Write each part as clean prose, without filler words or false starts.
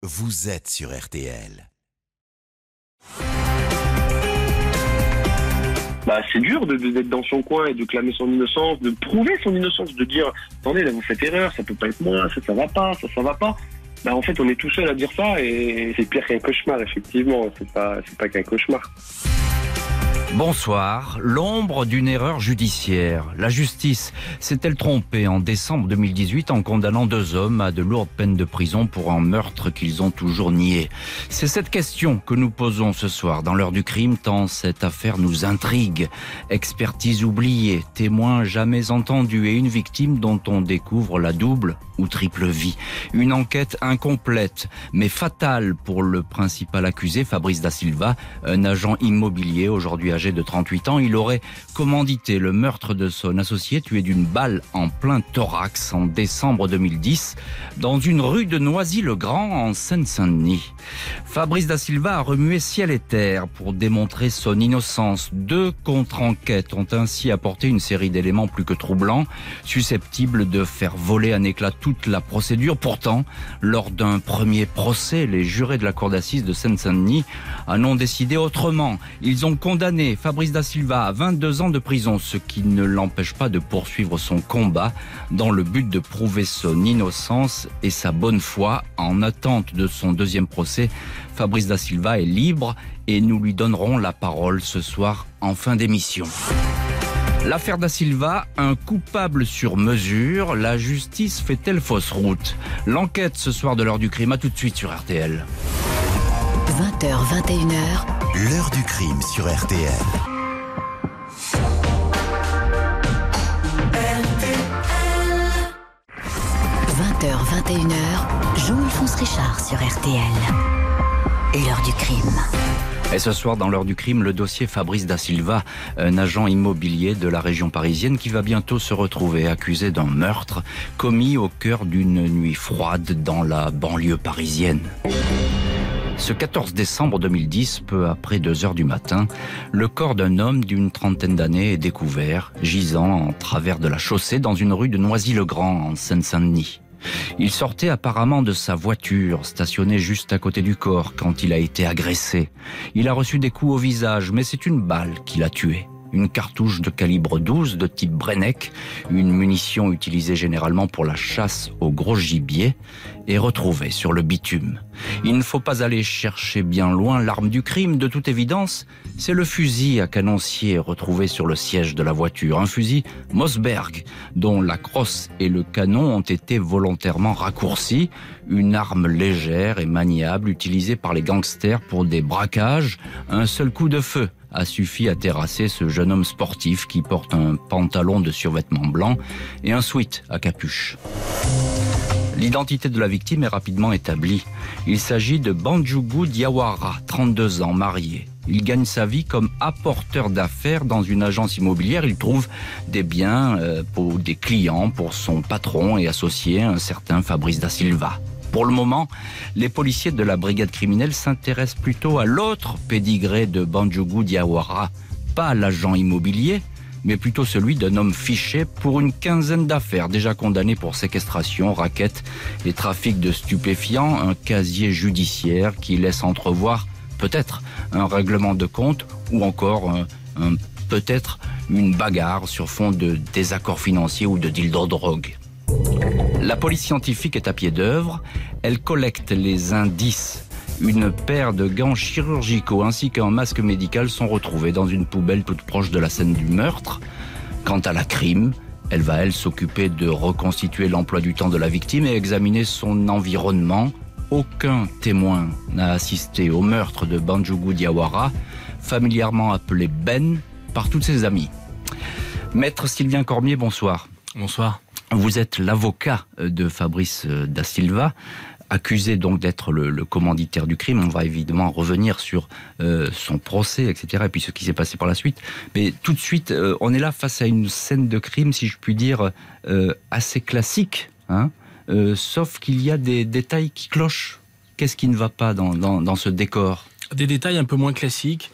vous êtes sur RTL. C'est dur d'être dans son coin et de clamer son innocence, de prouver son innocence, de dire « Attendez, là vous faites erreur, ça peut pas être moi, ça va pas, ça va pas ». En fait, on est tout seul à dire ça et c'est pire qu'un cauchemar, effectivement. C'est pas qu'un cauchemar. Bonsoir. L'ombre d'une erreur judiciaire. La justice s'est-elle trompée en décembre 2018 en condamnant 2 hommes à de lourdes peines de prison pour un meurtre qu'ils ont toujours nié? C'est cette question que nous posons ce soir dans l'heure du crime, tant cette affaire nous intrigue. Expertise oubliée, témoin jamais entendu et une victime dont on découvre la double ou triple vie. Une enquête incomplète, mais fatale pour le principal accusé, Fabrice Da Silva, un agent immobilier aujourd'hui âgé de 38 ans. Il aurait commandité le meurtre de son associé tué d'une balle en plein thorax en décembre 2010 dans une rue de Noisy-le-Grand en Seine-Saint-Denis. Fabrice Da Silva a remué ciel et terre pour démontrer son innocence. 2 contre-enquêtes ont ainsi apporté une série d'éléments plus que troublants, susceptibles de faire voler un éclat toute la procédure. Pourtant, lors d'un premier procès, les jurés de la cour d'assises de Seine-Saint-Denis en ont décidé autrement. Ils ont condamné Fabrice Da Silva à 22 ans de prison, ce qui ne l'empêche pas de poursuivre son combat dans le but de prouver son innocence et sa bonne foi. En attente de son 2e procès, Fabrice Da Silva est libre et nous lui donnerons la parole ce soir en fin d'émission. L'affaire Da Silva, un coupable sur mesure. La justice fait-elle fausse route? L'enquête ce soir de l'heure du crime, à tout de suite sur RTL. 20h, 21h. L'heure du crime sur RTL. RTL. 20h, 21h. Jean-Alphonse Richard sur RTL. L'heure du crime. Et ce soir, dans l'heure du crime, le dossier Fabrice Da Silva, un agent immobilier de la région parisienne qui va bientôt se retrouver accusé d'un meurtre commis au cœur d'une nuit froide dans la banlieue parisienne. Ce 14 décembre 2010, peu après 2h du matin, le corps d'un homme d'une trentaine d'années est découvert, gisant en travers de la chaussée dans une rue de Noisy-le-Grand en Seine-Saint-Denis. Il sortait apparemment de sa voiture, stationnée juste à côté du corps, quand il a été agressé. Il a reçu des coups au visage, mais c'est une balle qui l'a tué. Une cartouche de calibre 12 de type Brenneck, une munition utilisée généralement pour la chasse au gros gibier, est retrouvée sur le bitume. Il ne faut pas aller chercher bien loin l'arme du crime. De toute évidence, c'est le fusil à canoncier retrouvé sur le siège de la voiture. Un fusil Mossberg, dont la crosse et le canon ont été volontairement raccourcis. Une arme légère et maniable utilisée par les gangsters pour des braquages. Un seul coup de feu a suffi à terrasser ce jeune homme sportif qui porte un pantalon de survêtement blanc et un sweat à capuche. L'identité de la victime est rapidement établie. Il s'agit de Bandjougou Diawara, 32 ans, marié. Il gagne sa vie comme apporteur d'affaires dans une agence immobilière. Il trouve des biens pour des clients pour son patron et associé, un certain Fabrice Da Silva. Pour le moment, les policiers de la brigade criminelle s'intéressent plutôt à l'autre pédigré de Bandjougou Diawara, pas l'agent immobilier, mais plutôt celui d'un homme fiché pour une quinzaine d'affaires, déjà condamné pour séquestration, racket et trafic de stupéfiants, un casier judiciaire qui laisse entrevoir peut-être un règlement de compte ou encore peut-être une bagarre sur fond de désaccords financiers ou de deal de drogue. La police scientifique est à pied d'œuvre, elle collecte les indices. Une paire de gants chirurgicaux ainsi qu'un masque médical sont retrouvés dans une poubelle toute proche de la scène du meurtre. Quant à la crime, elle va s'occuper de reconstituer l'emploi du temps de la victime et examiner son environnement. Aucun témoin n'a assisté au meurtre de Bandjougou Diawara, familièrement appelé Ben par tous ses amis. Maître Sylvain Cormier, bonsoir. Bonsoir. Vous êtes l'avocat de Fabrice Da Silva, accusé donc d'être le commanditaire du crime. On va évidemment revenir sur son procès, etc., et puis ce qui s'est passé par la suite. Mais tout de suite, on est là face à une scène de crime, si je puis dire, assez classique, hein, sauf qu'il y a des détails qui clochent. Qu'est-ce qui ne va pas dans ce décor? Des détails un peu moins classiques.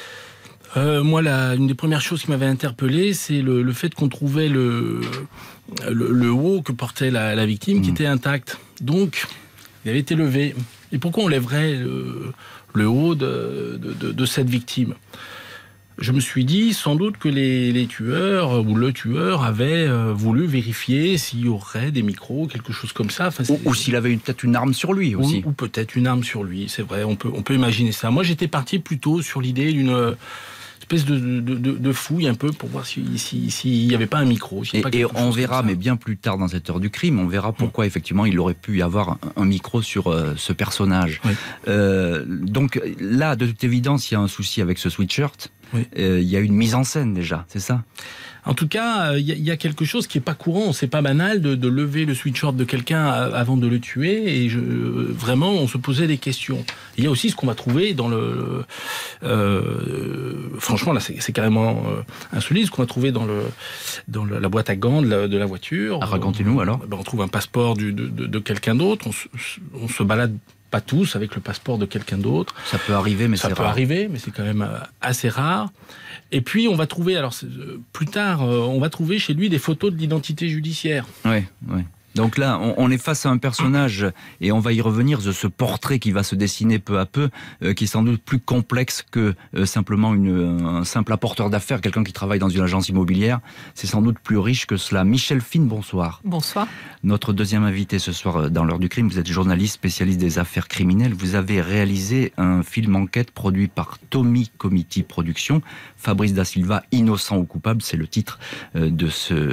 Moi, une des premières choses qui m'avait interpellé, c'est le fait qu'on trouvait le haut que portait la victime qui était intact. Donc, Il avait été levé. Et pourquoi on lèverait le haut de cette victime ? Je me suis dit sans doute que les tueurs ou le tueur avait voulu vérifier s'il y aurait des micros, quelque chose comme ça. Enfin, ou s'il avait peut-être une arme sur lui aussi. Ou peut-être une arme sur lui, c'est vrai, on peut imaginer ça. Moi j'étais parti plutôt sur l'idée d'une espèce de fouille un peu pour voir s'il n'y avait pas un micro. Et on verra, mais bien plus tard dans cette heure du crime, on verra pourquoi effectivement il aurait pu y avoir un micro sur ce personnage. Oui. Donc là, de toute évidence, il y a un souci avec ce sweatshirt. Oui. Il y a une mise en scène déjà, c'est ça ? En tout cas, il y a quelque chose qui n'est pas courant. C'est pas banal de lever le sweatshirt de quelqu'un avant de le tuer. Et vraiment, on se posait des questions. Il y a aussi ce qu'on va trouver dans le... franchement, là, c'est carrément insolite, ce qu'on va trouver dans la boîte à gants de la voiture. Racontez-nous alors. On trouve un passeport de quelqu'un d'autre. On se balade pas tous avec le passeport de quelqu'un d'autre. Ça peut arriver, mais c'est rare. Ça peut arriver, mais c'est quand même assez rare. Et puis, on va trouver, plus tard, on va trouver chez lui des photos de l'identité judiciaire. Oui, oui. Donc là, on est face à un personnage, et on va y revenir, de ce portrait qui va se dessiner peu à peu, qui est sans doute plus complexe que simplement un simple apporteur d'affaires, quelqu'un qui travaille dans une agence immobilière. C'est sans doute plus riche que cela. Michel Fine, bonsoir. Bonsoir. Notre deuxième invité ce soir dans l'heure du crime, vous êtes journaliste spécialiste des affaires criminelles. Vous avez réalisé un film enquête produit par Tommy Committee Productions. Fabrice Da Silva, innocent ou coupable, c'est le titre de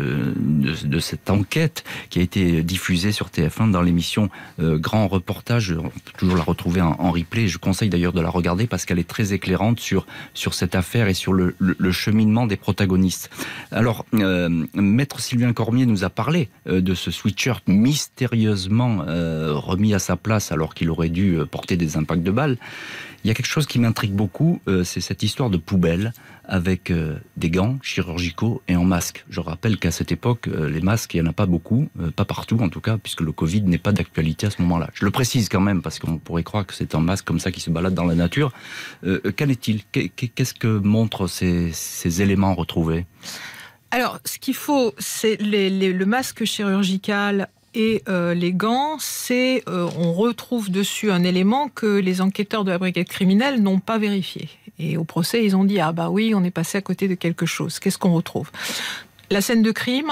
cette enquête qui a été diffusée sur TF1 dans l'émission Grand Reportage. On peut toujours la retrouver en replay. Je conseille d'ailleurs de la regarder parce qu'elle est très éclairante sur cette affaire et sur le cheminement des protagonistes. Alors, Maître Sylvain Cormier nous a parlé de ce sweatshirt mystérieusement remis à sa place alors qu'il aurait dû porter des impacts de balles. Il y a quelque chose qui m'intrigue beaucoup, c'est cette histoire de poubelle avec des gants chirurgicaux et en masque. Je rappelle qu'à cette époque, les masques, il n'y en a pas beaucoup, pas partout en tout cas, puisque le Covid n'est pas d'actualité à ce moment-là. Je le précise quand même, parce qu'on pourrait croire que c'est un masque comme ça qui se balade dans la nature. Qu'en est-il ? Qu'est-ce que montrent ces éléments retrouvés ? Alors, ce qu'il faut, c'est le masque chirurgical et les gants, on retrouve dessus un élément que les enquêteurs de la brigade criminelle n'ont pas vérifié. Et au procès, ils ont dit « Ah bah oui, on est passé à côté de quelque chose. Qu'est-ce qu'on retrouve ?» La scène de crime,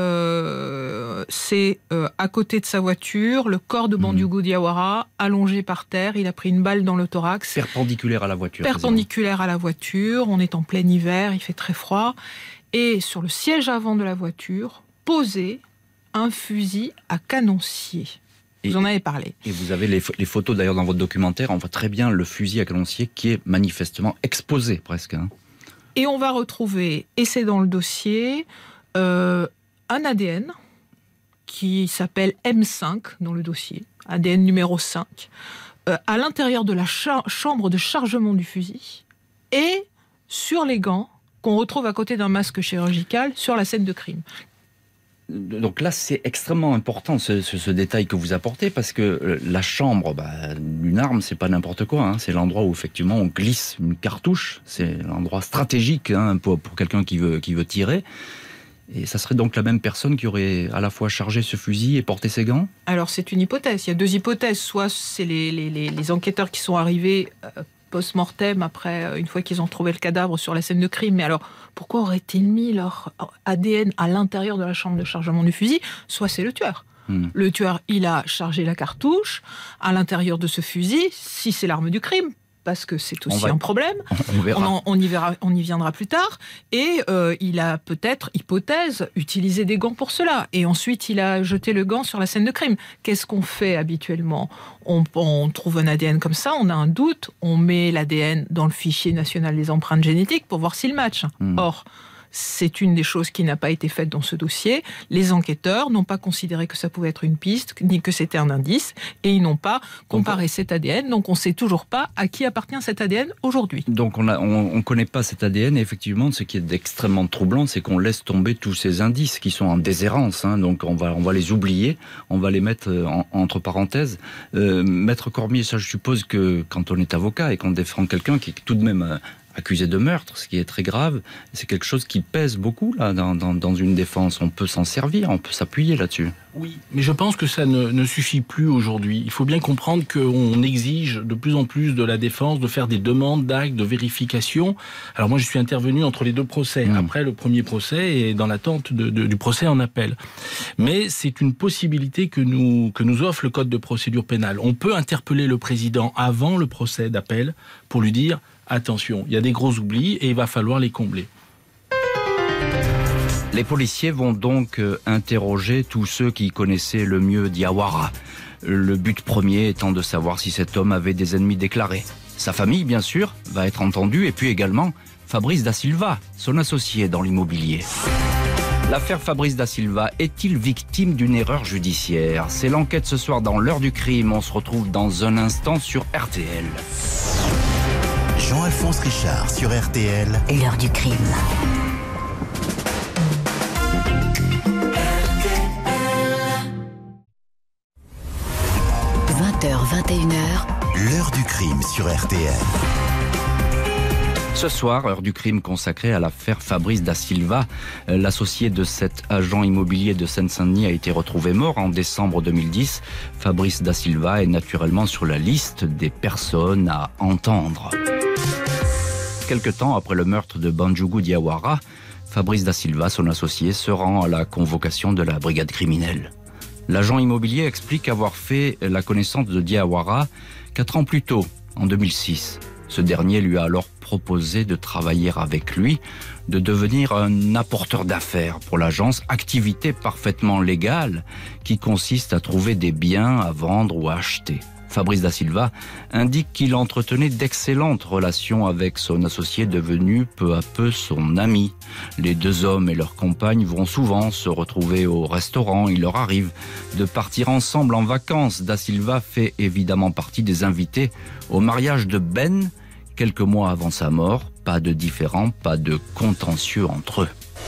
c'est à côté de sa voiture, le corps de Bandiougou Diawara, allongé par terre. Il a pris une balle dans le thorax. Perpendiculaire à la voiture. Perpendiculaire à la voiture. On est en plein hiver, il fait très froid. Et sur le siège avant de la voiture, posé un fusil à canoncier. Vous en avez parlé. Et vous avez les photos d'ailleurs dans votre documentaire, on voit très bien le fusil à canoncier qui est manifestement exposé presque. Hein. Et on va retrouver, et c'est dans le dossier, un ADN qui s'appelle M5 dans le dossier, ADN numéro 5, à l'intérieur de la chambre de chargement du fusil et sur les gants qu'on retrouve à côté d'un masque chirurgical sur la scène de crime. Donc là, c'est extrêmement important ce détail que vous apportez, parce que la chambre d'une arme, c'est pas n'importe quoi. Hein. C'est l'endroit où effectivement on glisse une cartouche. C'est l'endroit stratégique pour quelqu'un qui veut tirer. Et ça serait donc la même personne qui aurait à la fois chargé ce fusil et porté ses gants ? Alors c'est une hypothèse. Il y a deux hypothèses. Soit c'est les enquêteurs qui sont arrivés post-mortem, après, une fois qu'ils ont trouvé le cadavre sur la scène de crime. Mais alors, pourquoi auraient-ils mis leur ADN à l'intérieur de la chambre de chargement du fusil ? Soit c'est le tueur. Le tueur, il a chargé la cartouche à l'intérieur de ce fusil, si c'est l'arme du crime, parce que c'est aussi un problème. On y viendra plus tard. Et il a peut-être, hypothèse, utilisé des gants pour cela. Et ensuite, il a jeté le gant sur la scène de crime. Qu'est-ce qu'on fait habituellement ? On trouve un ADN comme ça, on a un doute, on met l'ADN dans le fichier national des empreintes génétiques pour voir s'il match. Or, c'est une des choses qui n'a pas été faite dans ce dossier. Les enquêteurs n'ont pas considéré que ça pouvait être une piste, ni que c'était un indice, et ils n'ont pas comparé cet ADN. Donc on ne sait toujours pas à qui appartient cet ADN aujourd'hui. Donc on ne connaît pas cet ADN, et effectivement, ce qui est extrêmement troublant, c'est qu'on laisse tomber tous ces indices qui sont en déshérence. Donc on va les oublier, on va les mettre entre parenthèses. Maître Cormier, ça je suppose que quand on est avocat et qu'on défend quelqu'un qui est tout de même accusé de meurtre, ce qui est très grave, c'est quelque chose qui pèse beaucoup là, dans une défense. On peut s'en servir, on peut s'appuyer là-dessus. Oui, mais je pense que ça ne suffit plus aujourd'hui. Il faut bien comprendre qu'on exige de plus en plus de la défense de faire des demandes d'actes, de vérification. Alors moi, je suis intervenu entre les deux procès. Après le premier procès et dans l'attente du procès en appel. Mais c'est une possibilité que nous offre le Code de procédure pénale. On peut interpeller le président avant le procès d'appel pour lui dire « Attention, il y a des gros oublis et il va falloir les combler ». Les policiers vont donc interroger tous ceux qui connaissaient le mieux Diawara. Le but premier étant de savoir si cet homme avait des ennemis déclarés. Sa famille, bien sûr, va être entendue, et puis également Fabrice da Silva, son associé dans l'immobilier. L'affaire Fabrice da Silva est-il victime d'une erreur judiciaire? C'est l'enquête ce soir dans l'heure du crime. On se retrouve dans un instant sur RTL. Jean-Alphonse Richard sur RTL. L'heure du crime. 21h, l'heure du crime sur RTL. Ce soir, heure du crime consacrée à l'affaire Fabrice da Silva. L'associé de cet agent immobilier de Seine-Saint-Denis a été retrouvé mort en décembre 2010. Fabrice da Silva est naturellement sur la liste des personnes à entendre. Quelque temps après le meurtre de Banjugu Diawara, Fabrice da Silva, son associé, se rend à la convocation de la brigade criminelle. L'agent immobilier explique avoir fait la connaissance de Diawara 4 ans plus tôt, en 2006. Ce dernier lui a alors proposé de travailler avec lui, de devenir un apporteur d'affaires pour l'agence, activité parfaitement légale qui consiste à trouver des biens à vendre ou à acheter. Fabrice da Silva indique qu'il entretenait d'excellentes relations avec son associé devenu peu à peu son ami. Les deux hommes et leurs compagnes vont souvent se retrouver au restaurant. Il leur arrive de partir ensemble en vacances. Da Silva fait évidemment partie des invités au mariage de Ben, quelques mois avant sa mort. Pas de différend, pas de contentieux entre eux.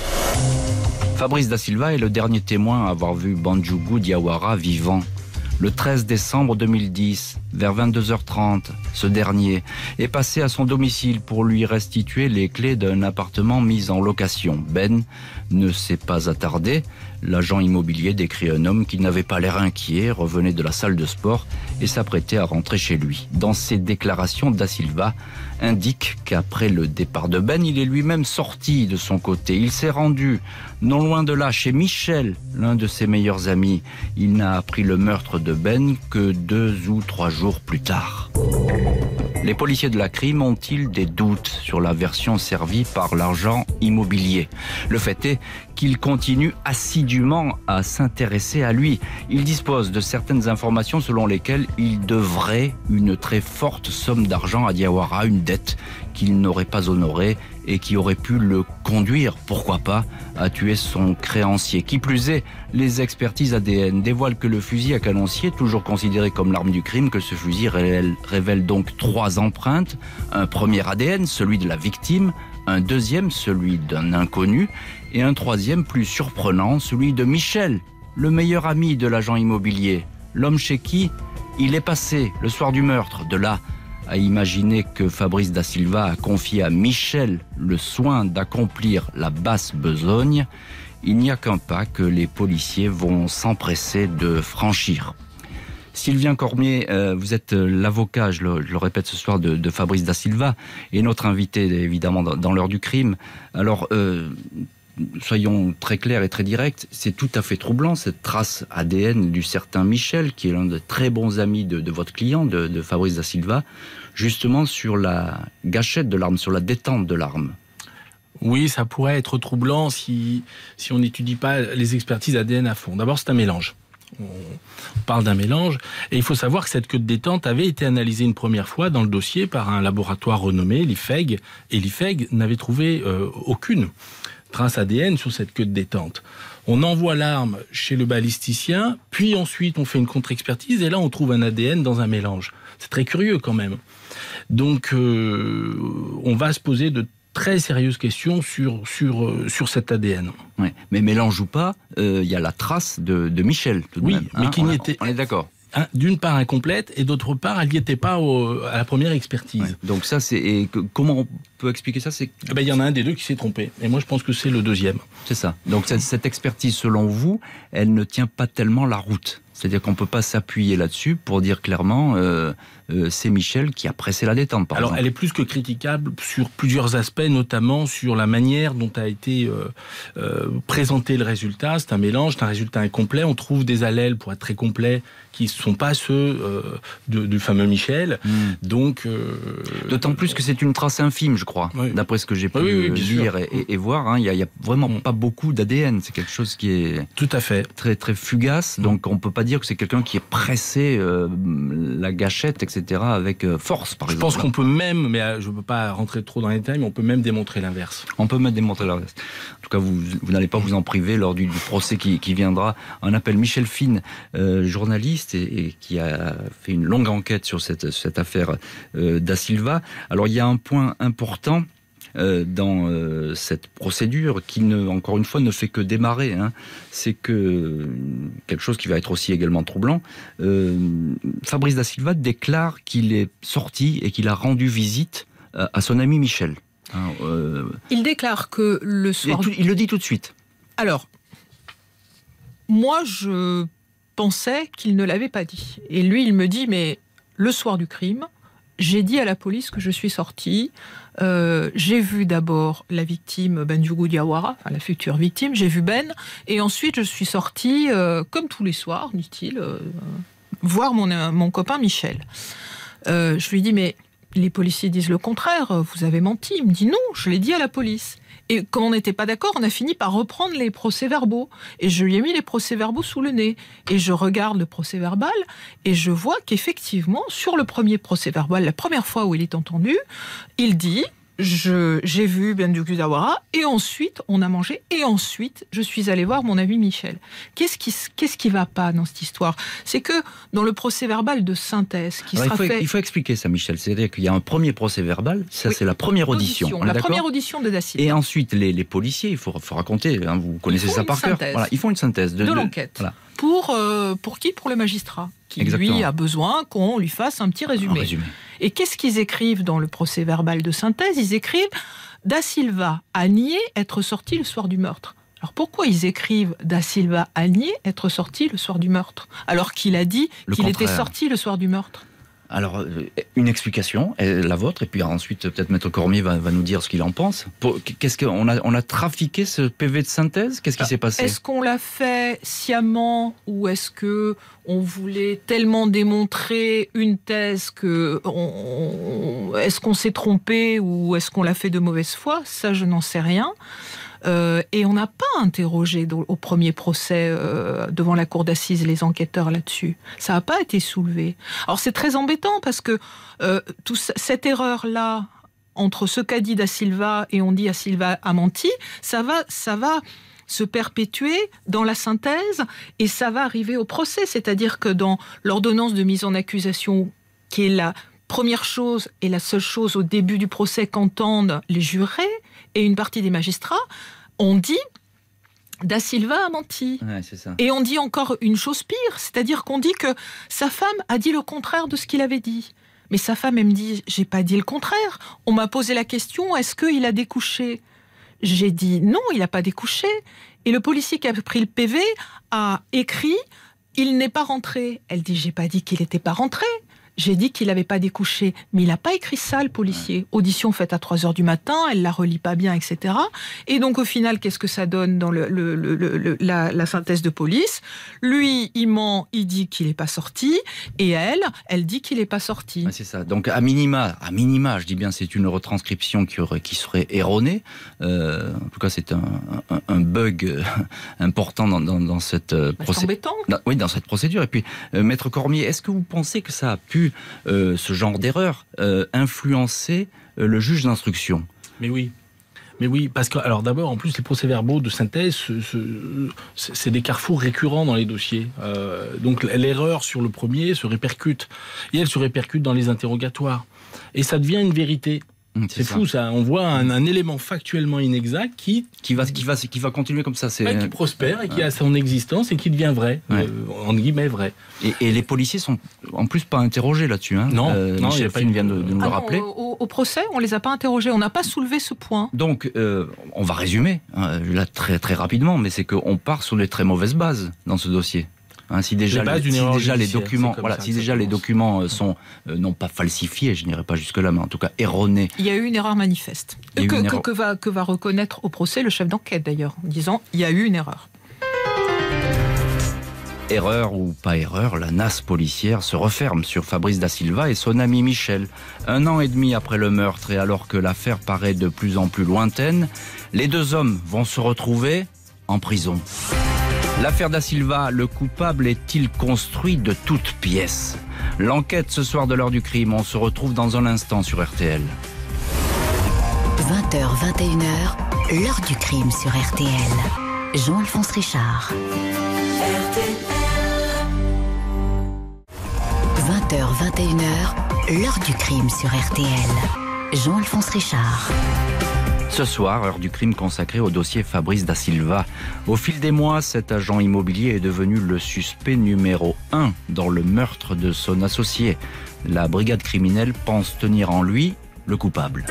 Fabrice da Silva est le dernier témoin à avoir vu Banjugu Diawara vivant. Le 13 décembre 2010, vers 22h30, ce dernier est passé à son domicile pour lui restituer les clés d'un appartement mis en location. Ben ne s'est pas attardé. L'agent immobilier décrit un homme qui n'avait pas l'air inquiet, revenait de la salle de sport et s'apprêtait à rentrer chez lui. Dans ses déclarations, da Silva indique qu'après le départ de Ben, il est lui-même sorti de son côté. Il s'est rendu non loin de là chez Michel, l'un de ses meilleurs amis. Il n'a appris le meurtre de Ben que 2 ou 3 jours plus tard. Les policiers de la crime ont-ils des doutes sur la version servie par l'agent immobilier? Le fait est qu'ils continuent assidûment à s'intéresser à lui. Ils disposent de certaines informations selon lesquelles il devrait une très forte somme d'argent à Diawara, une dette qu'il n'aurait pas honorée et qui aurait pu le conduire, pourquoi pas, à tuer son créancier. Qui plus est, les expertises ADN dévoilent que le fusil à canoncier, toujours considéré comme l'arme du crime, que ce fusil révèle donc 3 empreintes. Un premier ADN, celui de la victime, un deuxième, celui d'un inconnu, et un troisième, plus surprenant, celui de Michel, le meilleur ami de l'agent immobilier, l'homme chez qui il est passé le soir du meurtre. De là à imaginer que Fabrice da Silva a confié à Michel le soin d'accomplir la basse besogne, il n'y a qu'un pas que les policiers vont s'empresser de franchir. Sylvien Cormier, vous êtes l'avocat, je le répète ce soir, de Fabrice da Silva, et notre invité évidemment dans l'heure du crime. Alors, soyons très clairs et très directs, c'est tout à fait troublant cette trace ADN du certain Michel, qui est l'un des très bons amis de votre client, de Fabrice da Silva, justement sur la gâchette de l'arme, sur la détente de l'arme. Oui, ça pourrait être troublant si on n'étudie pas les expertises ADN à fond. D'abord, c'est un mélange. On parle d'un mélange, et il faut savoir que cette queue de détente avait été analysée une première fois dans le dossier par un laboratoire renommé, l'IFEG, et l'IFEG n'avait trouvé aucune trace ADN sur cette queue de détente. On envoie l'arme chez le balisticien, puis ensuite on fait une contre-expertise, et là on trouve un ADN dans un mélange. C'est très curieux quand même. Donc on va se poser de très sérieuses questions sur cet ADN. Ouais. Mais mélange ou pas, il y a la trace de Michel tout de même. Mais qui n'était... On est d'accord. d'une part incomplète et d'autre part elle n'y était pas à la première expertise. Ouais. Donc ça, comment on peut expliquer ça? Il y en a un des deux qui s'est trompé. Et moi je pense que c'est le deuxième. C'est ça. Donc cette expertise, selon vous, elle ne tient pas tellement la route. C'est-à-dire qu'on ne peut pas s'appuyer là-dessus pour dire clairement c'est Michel qui a pressé la détente, par exemple. Elle est plus que critiquable sur plusieurs aspects, notamment sur la manière dont a été présenté le résultat. C'est un mélange, c'est un résultat incomplet. On trouve des allèles, pour être très complet, qui ne sont pas ceux du fameux Michel. Donc, d'autant plus que c'est une trace infime, je crois, d'après ce que j'ai pu lire et voir. Il n'y a vraiment pas beaucoup d'ADN. C'est quelque chose qui est tout à fait très, très fugace. Donc on ne peut pas dire que c'est quelqu'un qui est pressé la gâchette, etc., avec force, par exemple. Je pense qu'on peut même, mais je ne veux pas rentrer trop dans les détails, mais on peut même démontrer l'inverse. On peut même démontrer l'inverse. En tout cas, vous n'allez pas vous en priver lors du procès qui viendra. On appelle Michel Fine, journaliste, et qui a fait une longue enquête sur cette affaire Da Silva. Alors, il y a un point important dans cette procédure qui, encore une fois, ne fait que démarrer. C'est que quelque chose qui va être aussi également troublant. Fabrice Da Silva déclare qu'il est sorti et qu'il a rendu visite à son ami Michel. Il déclare que le soir... Il le dit tout de suite. Alors, moi, je pensais qu'il ne l'avait pas dit. Et lui, il me dit, mais le soir du crime, j'ai dit à la police que je suis sorti. J'ai vu d'abord la victime Benjougou Diawara, enfin la future victime, j'ai vu Ben, et ensuite je suis sorti, comme tous les soirs, dit-il, voir mon copain Michel. Je lui dis, mais les policiers disent le contraire, vous avez menti. Il me dit non, je l'ai dit à la police. Et comme on n'était pas d'accord, on a fini par reprendre les procès-verbaux. Et je lui ai mis les procès-verbaux sous le nez. Et je regarde le procès-verbal et je vois qu'effectivement, sur le premier procès-verbal, la première fois où il est entendu, il dit... J'ai vu Benjougou Diawara et ensuite on a mangé et ensuite je suis allé voir mon ami Michel. Qu'est-ce qui va pas dans cette histoire? C'est que dans le procès-verbal de synthèse qui sera fait... Il faut expliquer ça, Michel. C'est-à-dire qu'il y a un premier procès-verbal, ça c'est la première audition. La première audition de Da Silva. Et ensuite les policiers, il faut raconter, vous connaissez ça par cœur. Voilà, ils font une synthèse de l'enquête. Voilà. Pour qui? Pour le magistrat, qui Exactement. Lui a besoin qu'on lui fasse un petit résumé. Et qu'est-ce qu'ils écrivent dans le procès-verbal de synthèse? Ils écrivent « Da Silva a nié être sorti le soir du meurtre ». Alors pourquoi ils écrivent « Da Silva a nié être sorti le soir du meurtre » alors qu'il a dit qu'il était sorti le soir du meurtre? Alors, une explication, la vôtre, et puis ensuite, peut-être Maître Cormier va nous dire ce qu'il en pense. Qu'est-ce qu'on a trafiqué ce PV de synthèse? Qu'est-ce qui s'est passé? Est-ce qu'on l'a fait sciemment ou est-ce que on voulait tellement démontrer une thèse que est-ce qu'on s'est trompé ou est-ce qu'on l'a fait de mauvaise foi? Ça, je n'en sais rien. Et on n'a pas interrogé au premier procès devant la cour d'assises les enquêteurs là-dessus. Ça n'a pas été soulevé. Alors c'est très embêtant parce que cette erreur-là, entre ce qu'a dit Da Silva et on dit Da Silva a menti, ça va se perpétuer dans la synthèse et ça va arriver au procès. C'est-à-dire que dans l'ordonnance de mise en accusation, qui est la première chose et la seule chose au début du procès qu'entendent les jurés et une partie des magistrats, on dit Da Silva a menti. Ouais, c'est ça. Et on dit encore une chose pire, c'est-à-dire qu'on dit que sa femme a dit le contraire de ce qu'il avait dit. Mais sa femme, elle me dit, j'ai pas dit le contraire. On m'a posé la question, est-ce qu'il a découché? J'ai dit non, il n'a pas découché. Et le policier qui a pris le PV a écrit, il n'est pas rentré. Elle dit, j'ai pas dit qu'il n'était pas rentré. J'ai dit qu'il n'avait pas découché. Mais il n'a pas écrit ça, le policier. Ouais. Audition faite à 3h du matin, elle la relit pas bien, etc. Et donc, au final, qu'est-ce que ça donne dans la synthèse de police? Lui, il ment, il dit qu'il n'est pas sorti. Et elle dit qu'il n'est pas sorti. Ouais, c'est ça. Donc, à minima, je dis bien, c'est une retranscription qui serait erronée. En tout cas, c'est un bug important dans cette procédure. C'est embêtant. Oui, dans cette procédure. Et puis, Maître Cormier, est-ce que vous pensez que ça a pu, ce genre d'erreur, influencer le juge d'instruction? Mais oui, parce que, alors d'abord, en plus, les procès-verbaux de synthèse, c'est des carrefours récurrents dans les dossiers. Donc l'erreur sur le premier se répercute, et elle se répercute dans les interrogatoires. Et ça devient une vérité. C'est fou ça, on voit un élément factuellement inexact qui va continuer comme ça. Qui prospère et qui a son existence et qui devient vrai, entre guillemets vrai. Et les policiers sont en plus pas interrogés là-dessus. Hein. Non, Michel Fine vient de nous le rappeler. Au procès, on les a pas interrogés, on n'a pas soulevé ce point. Donc, on va résumer, là très, très rapidement, mais c'est qu'on part sur des très mauvaises bases dans ce dossier. Si déjà les documents sont non pas falsifiés, je n'irai pas jusque-là, mais en tout cas erronés. Il y a eu une erreur manifeste. Que va reconnaître au procès le chef d'enquête d'ailleurs, en disant il y a eu une erreur. Erreur ou pas erreur, la nasse policière se referme sur Fabrice Da Silva et son ami Michel. 1 an et demi après le meurtre et alors que l'affaire paraît de plus en plus lointaine, les deux hommes vont se retrouver en prison. L'affaire Da Silva, le coupable est-il construit de toutes pièces? L'enquête ce soir de l'heure du crime, on se retrouve dans un instant sur RTL. 20h, 21h, l'heure du crime sur RTL. Jean-Alphonse Richard. 20h, 21h, l'heure du crime sur RTL. Jean-Alphonse Richard. Ce soir, heure du crime consacrée au dossier Fabrice Da Silva. Au fil des mois, cet agent immobilier est devenu le suspect numéro 1 dans le meurtre de son associé. La brigade criminelle pense tenir en lui le coupable.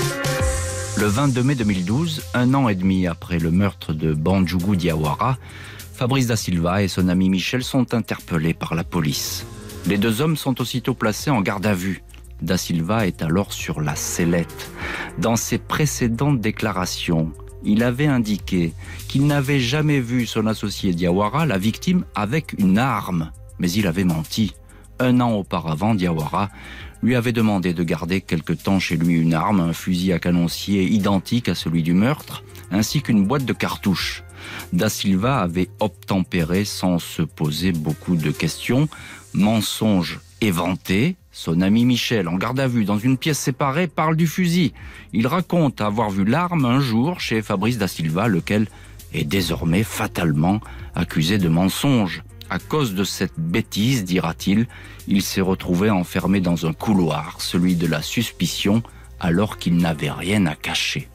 Le 22 mai 2012, 1 an et demi après le meurtre de Bandjougou Diawara, Fabrice Da Silva et son ami Michel sont interpellés par la police. Les deux hommes sont aussitôt placés en garde à vue. Da Silva est alors sur la sellette. Dans ses précédentes déclarations, il avait indiqué qu'il n'avait jamais vu son associé Diawara, la victime, avec une arme. Mais il avait menti. 1 an auparavant, Diawara lui avait demandé de garder quelque temps chez lui une arme, un fusil à canoncier identique à celui du meurtre, ainsi qu'une boîte de cartouches. Da Silva avait obtempéré sans se poser beaucoup de questions. Mensonge éventé. Son ami Michel, en garde à vue dans une pièce séparée, parle du fusil. Il raconte avoir vu l'arme un jour chez Fabrice Da Silva, lequel est désormais fatalement accusé de mensonge. À cause de cette bêtise, dira-t-il, il s'est retrouvé enfermé dans un couloir, celui de la suspicion, alors qu'il n'avait rien à cacher.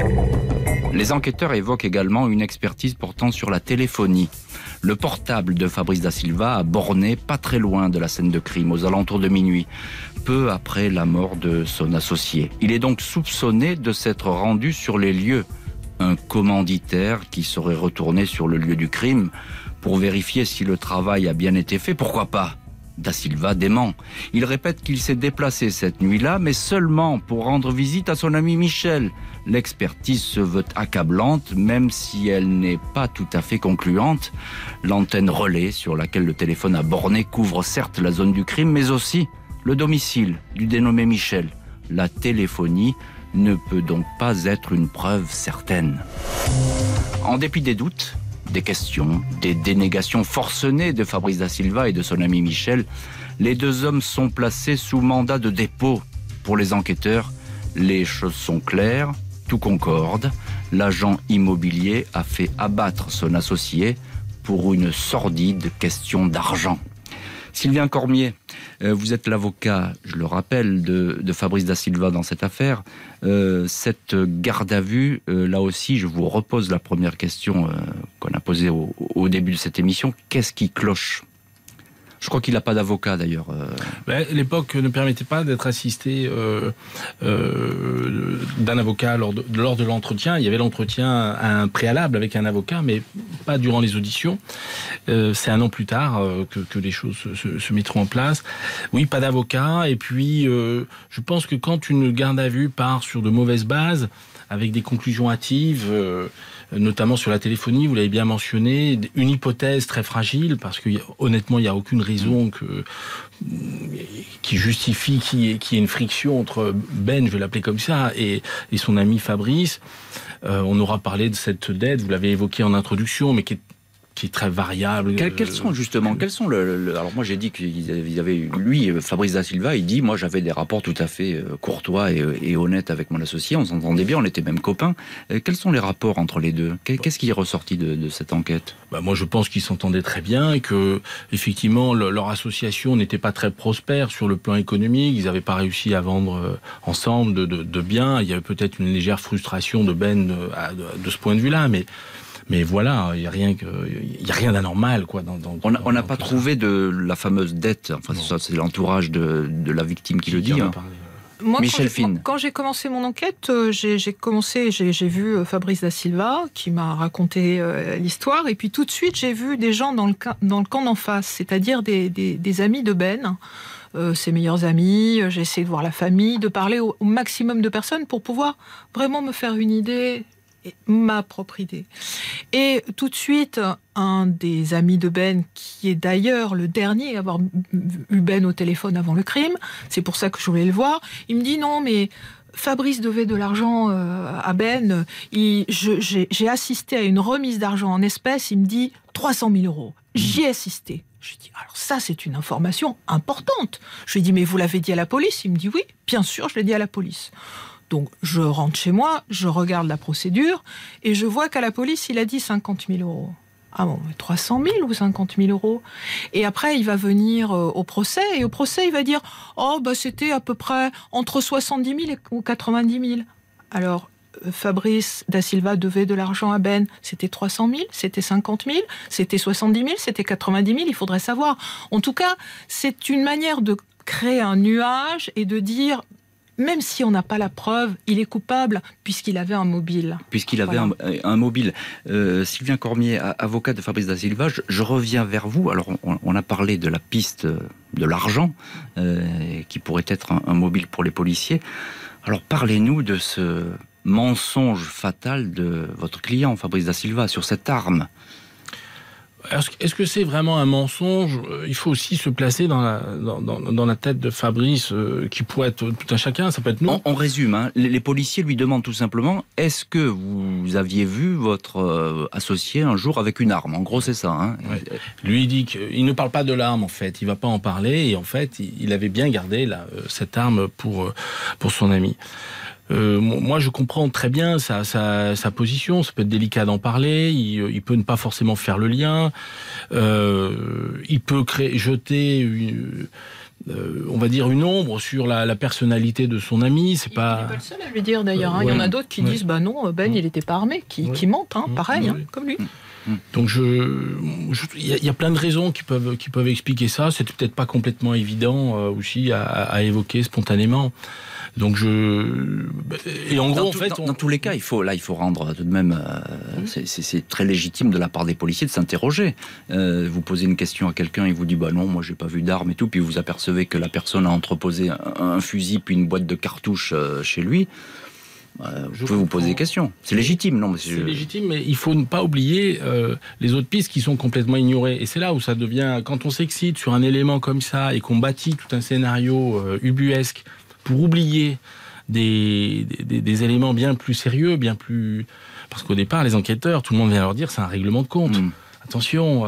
Les enquêteurs évoquent également une expertise portant sur la téléphonie. Le portable de Fabrice Da Silva a borné pas très loin de la scène de crime, aux alentours de minuit, peu après la mort de son associé. Il est donc soupçonné de s'être rendu sur les lieux. Un commanditaire qui serait retourné sur le lieu du crime pour vérifier si le travail a bien été fait, pourquoi pas ? Da Silva dément. Il répète qu'il s'est déplacé cette nuit-là, mais seulement pour rendre visite à son ami Michel. L'expertise se veut accablante, même si elle n'est pas tout à fait concluante. L'antenne relais sur laquelle le téléphone a borné couvre certes la zone du crime, mais aussi le domicile du dénommé Michel. La téléphonie ne peut donc pas être une preuve certaine. En dépit des doutes, des questions, des dénégations forcenées de Fabrice Da Silva et de son ami Michel, les deux hommes sont placés sous mandat de dépôt. Pour les enquêteurs, les choses sont claires, tout concorde. L'agent immobilier a fait abattre son associé pour une sordide question d'argent. Sylvain Cormier, vous êtes l'avocat, je le rappelle, de Fabrice Da Silva dans cette affaire. Cette garde à vue, là aussi, je vous repose la première question qu'on a posée au début de cette émission. Qu'est-ce qui cloche ? Je crois qu'il n'a pas d'avocat d'ailleurs. L'époque ne permettait pas d'être assisté d'un avocat lors de l'entretien. Il y avait l'entretien à un préalable avec un avocat, mais pas durant les auditions. C'est 1 an plus tard que les choses se mettront en place. Oui, pas d'avocat. Et puis, je pense que quand une garde à vue part sur de mauvaises bases, avec des conclusions hâtives, notamment sur la téléphonie, vous l'avez bien mentionné, une hypothèse très fragile, parce que honnêtement, il n'y a aucune raison qui justifie qu'il y ait une friction entre Ben, je vais l'appeler comme ça, et son ami Fabrice. On aura parlé de cette dette, vous l'avez évoqué en introduction, mais qui est qui est très variable. Quels sont alors moi j'ai dit qu'il y avait, lui, Fabrice Da Silva, il dit, moi j'avais des rapports tout à fait courtois et honnêtes avec mon associé, on s'entendait bien, on était même copains. Quels sont les rapports entre les deux ? Qu'est-ce qui est ressorti de cette enquête ? Moi je pense qu'ils s'entendaient très bien et que effectivement leur association n'était pas très prospère sur le plan économique, ils n'avaient pas réussi à vendre ensemble de biens, il y avait peut-être une légère frustration de Ben de ce point de vue-là, mais voilà, il y a rien d'anormal, quoi. On n'a pas trouvé de la fameuse dette. Enfin, ça, c'est l'entourage de la victime qui le dit. Moi, Michel Fine. Quand j'ai commencé mon enquête, j'ai vu Fabrice Da Silva qui m'a raconté l'histoire, et puis tout de suite j'ai vu des gens dans le camp d'en face, c'est-à-dire des amis de Ben. Ses meilleurs amis, j'ai essayé de voir la famille, de parler au maximum de personnes pour pouvoir vraiment me faire une idée, ma propre idée. Et tout de suite, un des amis de Ben, qui est d'ailleurs le dernier à avoir eu Ben au téléphone avant le crime, c'est pour ça que je voulais le voir, il me dit non mais Fabrice devait de l'argent à Ben, j'ai assisté à une remise d'argent en espèces, il me dit 300 000 euros. J'y ai assisté. Je lui dis, alors ça, c'est une information importante. Je lui dis, mais vous l'avez dit à la police ? Il me dit, oui, bien sûr, je l'ai dit à la police. Donc, je rentre chez moi, je regarde la procédure, et je vois qu'à la police, il a dit 50 000 euros. Ah bon, 300 000 ou 50 000 euros ? Et après, il va venir au procès, et au procès, il va dire, oh, c'était à peu près entre 70 000 et 90 000. Alors, Fabrice Da Silva devait de l'argent à Ben, c'était 300 000, c'était 50 000, c'était 70 000, c'était 90 000, il faudrait savoir. En tout cas, c'est une manière de créer un nuage et de dire, même si on n'a pas la preuve, il est coupable puisqu'il avait un mobile. Puisqu'il avait un mobile. Sylvien Cormier, avocat de Fabrice Da Silva, je reviens vers vous. Alors, on a parlé de la piste de l'argent, qui pourrait être un mobile pour les policiers. Alors, parlez-nous de ce mensonge fatal de votre client, Fabrice Da Silva, sur cette arme. Est-ce que c'est vraiment un mensonge ? Il faut aussi se placer dans la tête de Fabrice, qui pourrait être tout un chacun, ça peut être nous. On résume, les policiers lui demandent tout simplement, est-ce que vous aviez vu votre associé un jour avec une arme ? En gros, c'est ça. Ouais. Lui, il dit qu'il ne parle pas de l'arme, en fait. Il ne va pas en parler, et en fait, il avait bien gardé cette arme pour son ami. Moi, je comprends très bien sa position. Ça peut être délicat d'en parler. Il peut ne pas forcément faire le lien. Il peut jeter on va dire une ombre sur la personnalité de son ami. C'est pas... Il n'est pas le seul à lui dire d'ailleurs. Il y en a d'autres qui disent non, Ben, il n'était pas armé, qui mentent, pareil, comme lui. Donc il y a plein de raisons qui peuvent expliquer ça. C'est peut-être pas complètement évident aussi à évoquer spontanément. Donc et en gros, dans tous les cas, il faut rendre tout de même. C'est très légitime de la part des policiers de s'interroger. Vous posez une question à quelqu'un, il vous dit non, moi j'ai pas vu d'arme et tout, puis vous apercevez que la personne a entreposé un fusil puis une boîte de cartouches chez lui. Vous pouvez vous poser des questions. C'est légitime, non ? C'est légitime, mais il faut ne pas oublier les autres pistes qui sont complètement ignorées. Et c'est là où ça devient, quand on s'excite sur un élément comme ça et qu'on bâtit tout un scénario ubuesque pour oublier des éléments bien plus sérieux, bien plus... Parce qu'au départ, les enquêteurs, tout le monde vient leur dire c'est un règlement de compte. Attention,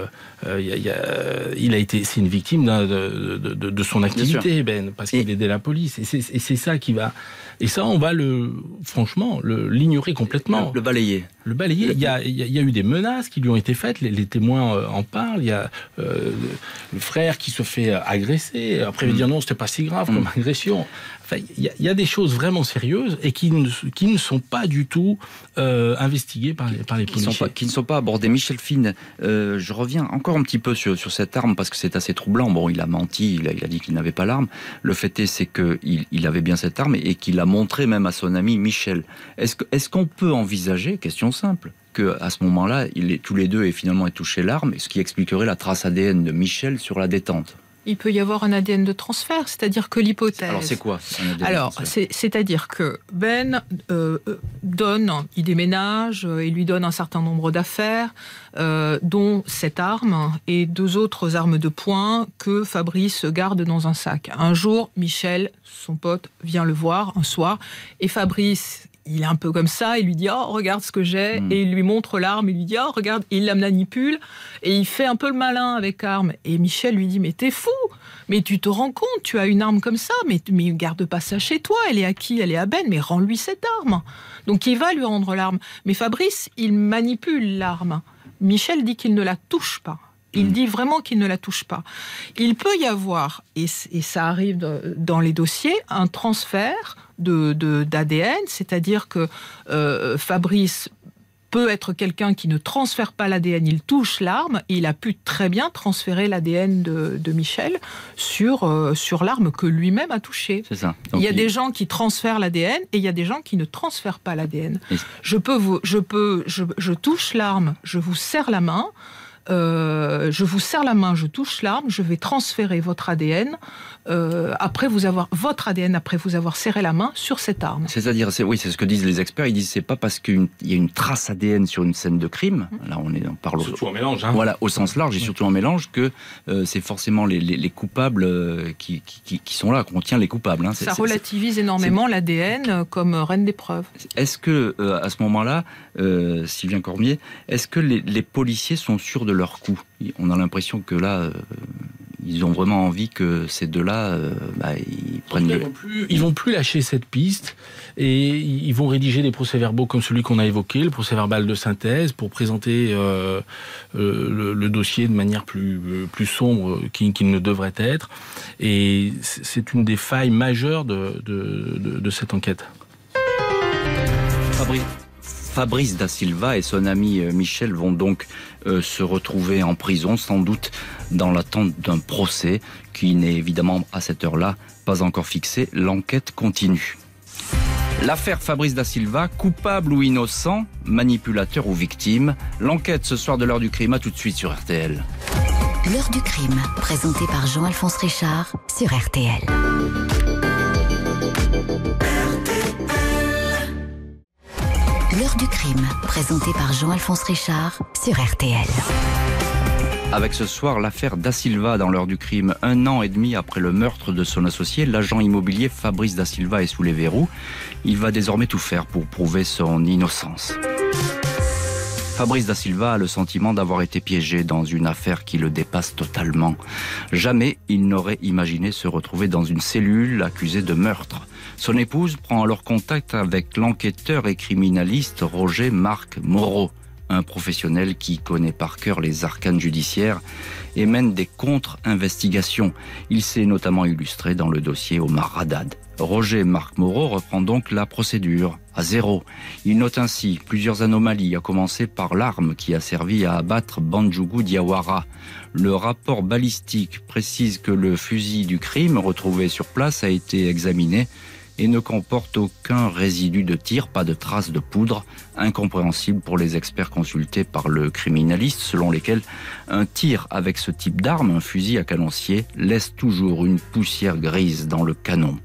c'est une victime de son activité, Ben, parce qu'il aidait la police. Et c'est ça qui va... Et ça, on va l'ignorer complètement. Le balayer. Il y a eu des menaces qui lui ont été faites, les témoins en parlent, il y a le frère qui se fait agresser, après il va dire non, c'était pas si grave comme agression. Enfin, il y a des choses vraiment sérieuses et qui ne sont pas du tout investiguées par les policiers. Qui ne sont pas abordées. Michel Fine, je reviens encore un petit peu sur cette arme parce que c'est assez troublant. Bon, il a menti, il a dit qu'il n'avait pas l'arme. Le fait est, c'est qu'il avait bien cette arme et qu'il l'a montré même à son ami Michel. Est-ce qu'on peut envisager, question simple, qu'à ce moment-là, tous les deux aient finalement touché l'arme, ce qui expliquerait la trace ADN de Michel sur la détente? Il peut y avoir un ADN de transfert, c'est-à-dire que l'hypothèse... Alors c'est quoi un ADN Alors, de transfert ? c'est-à-dire que Ben il déménage, il lui donne un certain nombre d'affaires, dont cette arme et 2 autres armes de poing que Fabrice garde dans un sac. Un jour, Michel, son pote, vient le voir un soir, et Fabrice, il est un peu comme ça, il lui dit « Oh, regarde ce que j'ai », et il lui montre l'arme, il lui dit « Oh, regarde », il la manipule, et il fait un peu le malin avec l'arme. Et Michel lui dit « Mais t'es fou, mais tu te rends compte, tu as une arme comme ça, mais garde pas ça chez toi, elle est à qui? Elle est à Ben, mais rends-lui cette arme ». Donc il va lui rendre l'arme. Mais Fabrice, il manipule l'arme. Michel dit qu'il ne la touche pas. Il dit vraiment qu'il ne la touche pas. Il peut y avoir, et ça arrive dans les dossiers, un transfert d'ADN, c'est-à-dire que Fabrice peut être quelqu'un qui ne transfère pas l'ADN, il touche l'arme, et il a pu très bien transférer l'ADN de Michel sur l'arme que lui-même a touchée. C'est ça. Donc il y a des gens qui transfèrent l'ADN et il y a des gens qui ne transfèrent pas l'ADN. Je touche l'arme, je vous serre la main, je touche l'arme, je vais transférer votre ADN après vous avoir serré la main sur cette arme. C'est-à-dire, c'est ce que disent les experts. Ils disent c'est pas parce qu'il y a une trace ADN sur une scène de crime. Là, on parle surtout en mélange. Voilà, au sens large et surtout en mélange que c'est forcément les coupables qui sont là, qu'on tient les coupables. Ça relativise énormément l'ADN comme reine des preuves. Est-ce que à ce moment-là, Sylvien Cormier, est-ce que les policiers sont sûrs de leur coup? On a l'impression que là, ils ont vraiment envie que ces deux-là, ils prennent Ils vont plus lâcher cette piste et ils vont rédiger des procès-verbaux comme celui qu'on a évoqué, le procès-verbal de synthèse, pour présenter le dossier de manière plus sombre qu'il ne devrait être. Et c'est une des failles majeures de cette enquête. Fabrice da Silva et son ami Michel vont donc se retrouver en prison, sans doute dans l'attente d'un procès qui n'est évidemment à cette heure-là pas encore fixé. L'enquête continue. L'affaire Fabrice da Silva, coupable ou innocent, manipulateur ou victime. L'enquête ce soir de l'heure du crime, à tout de suite sur RTL. L'heure du crime, présentée par Jean-Alphonse Richard sur RTL. L'heure du crime, présentée par Jean-Alphonse Richard sur RTL. Avec ce soir l'affaire da Silva dans l'heure du crime. 1 an et demi après le meurtre de son associé, l'agent immobilier Fabrice da Silva est sous les verrous. Il va désormais tout faire pour prouver son innocence. Fabrice da Silva a le sentiment d'avoir été piégé dans une affaire qui le dépasse totalement. Jamais il n'aurait imaginé se retrouver dans une cellule accusée de meurtre. Son épouse prend alors contact avec l'enquêteur et criminaliste Roger Marc Moreau, un professionnel qui connaît par cœur les arcanes judiciaires et mène des contre-investigations. Il s'est notamment illustré dans le dossier Omar Haddad. Roger Marc Moreau reprend donc la procédure à zéro. Il note ainsi plusieurs anomalies, à commencer par l'arme qui a servi à abattre Bandjougou Diawara. Le rapport balistique précise que le fusil du crime retrouvé sur place a été examiné et ne comporte aucun résidu de tir, pas de traces de poudre, incompréhensible pour les experts consultés par le criminaliste, selon lesquels un tir avec ce type d'arme, un fusil à canoncier, laisse toujours une poussière grise dans le canon.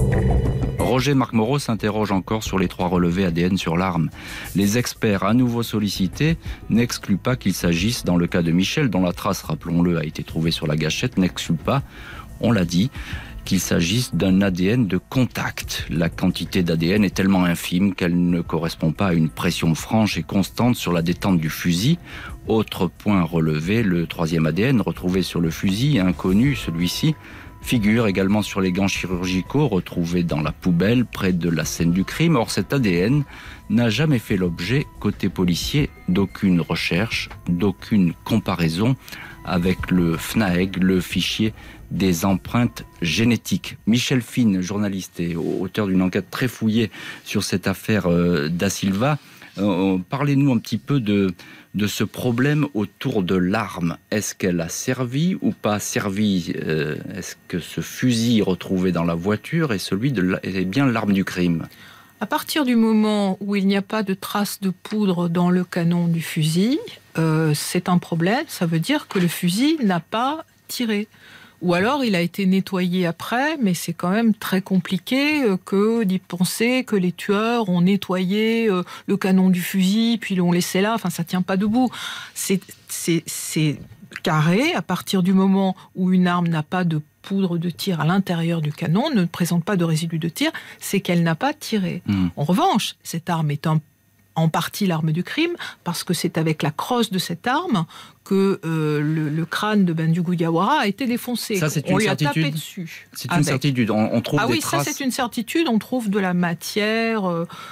Roger Marc Moreau s'interroge encore sur les 3 relevés ADN sur l'arme. Les experts à nouveau sollicités n'excluent pas qu'il s'agisse, dans le cas de Michel, dont la trace, rappelons-le, a été trouvée sur la gâchette, n'excluent pas, on l'a dit, qu'il s'agisse d'un ADN de contact. La quantité d'ADN est tellement infime qu'elle ne correspond pas à une pression franche et constante sur la détente du fusil. Autre point relevé, le 3e ADN retrouvé sur le fusil, inconnu celui-ci, figure également sur les gants chirurgicaux retrouvés dans la poubelle près de la scène du crime. Or, cet ADN n'a jamais fait l'objet, côté policier, d'aucune recherche, d'aucune comparaison avec le FNAEG, le fichier des empreintes génétiques. Michel Fine, journaliste et auteur d'une enquête très fouillée sur cette affaire da Silva, parlez-nous un petit peu de ce problème autour de l'arme. Est-ce qu'elle a servi ou pas servi? Est-ce que ce fusil retrouvé dans la voiture est bien l'arme du crime? À partir du moment où il n'y a pas de traces de poudre dans le canon du fusil, c'est un problème. Ça veut dire que le fusil n'a pas tiré. Ou alors il a été nettoyé après, mais c'est quand même très compliqué d'y penser que les tueurs ont nettoyé le canon du fusil, puis l'ont laissé là. Enfin, ça tient pas debout. C'est carré. À partir du moment où une arme n'a pas de poudre de tir à l'intérieur du canon, ne présente pas de résidus de tir, c'est qu'elle n'a pas tiré. En revanche, cette arme est en partie l'arme du crime, parce que c'est avec la crosse de cette arme que le crâne de Bandiougou Diawara a été défoncé. Ça, c'est on une lui certitude. a tapé dessus. C'est une certitude. On trouve des traces. Ça c'est une certitude. On trouve de la matière,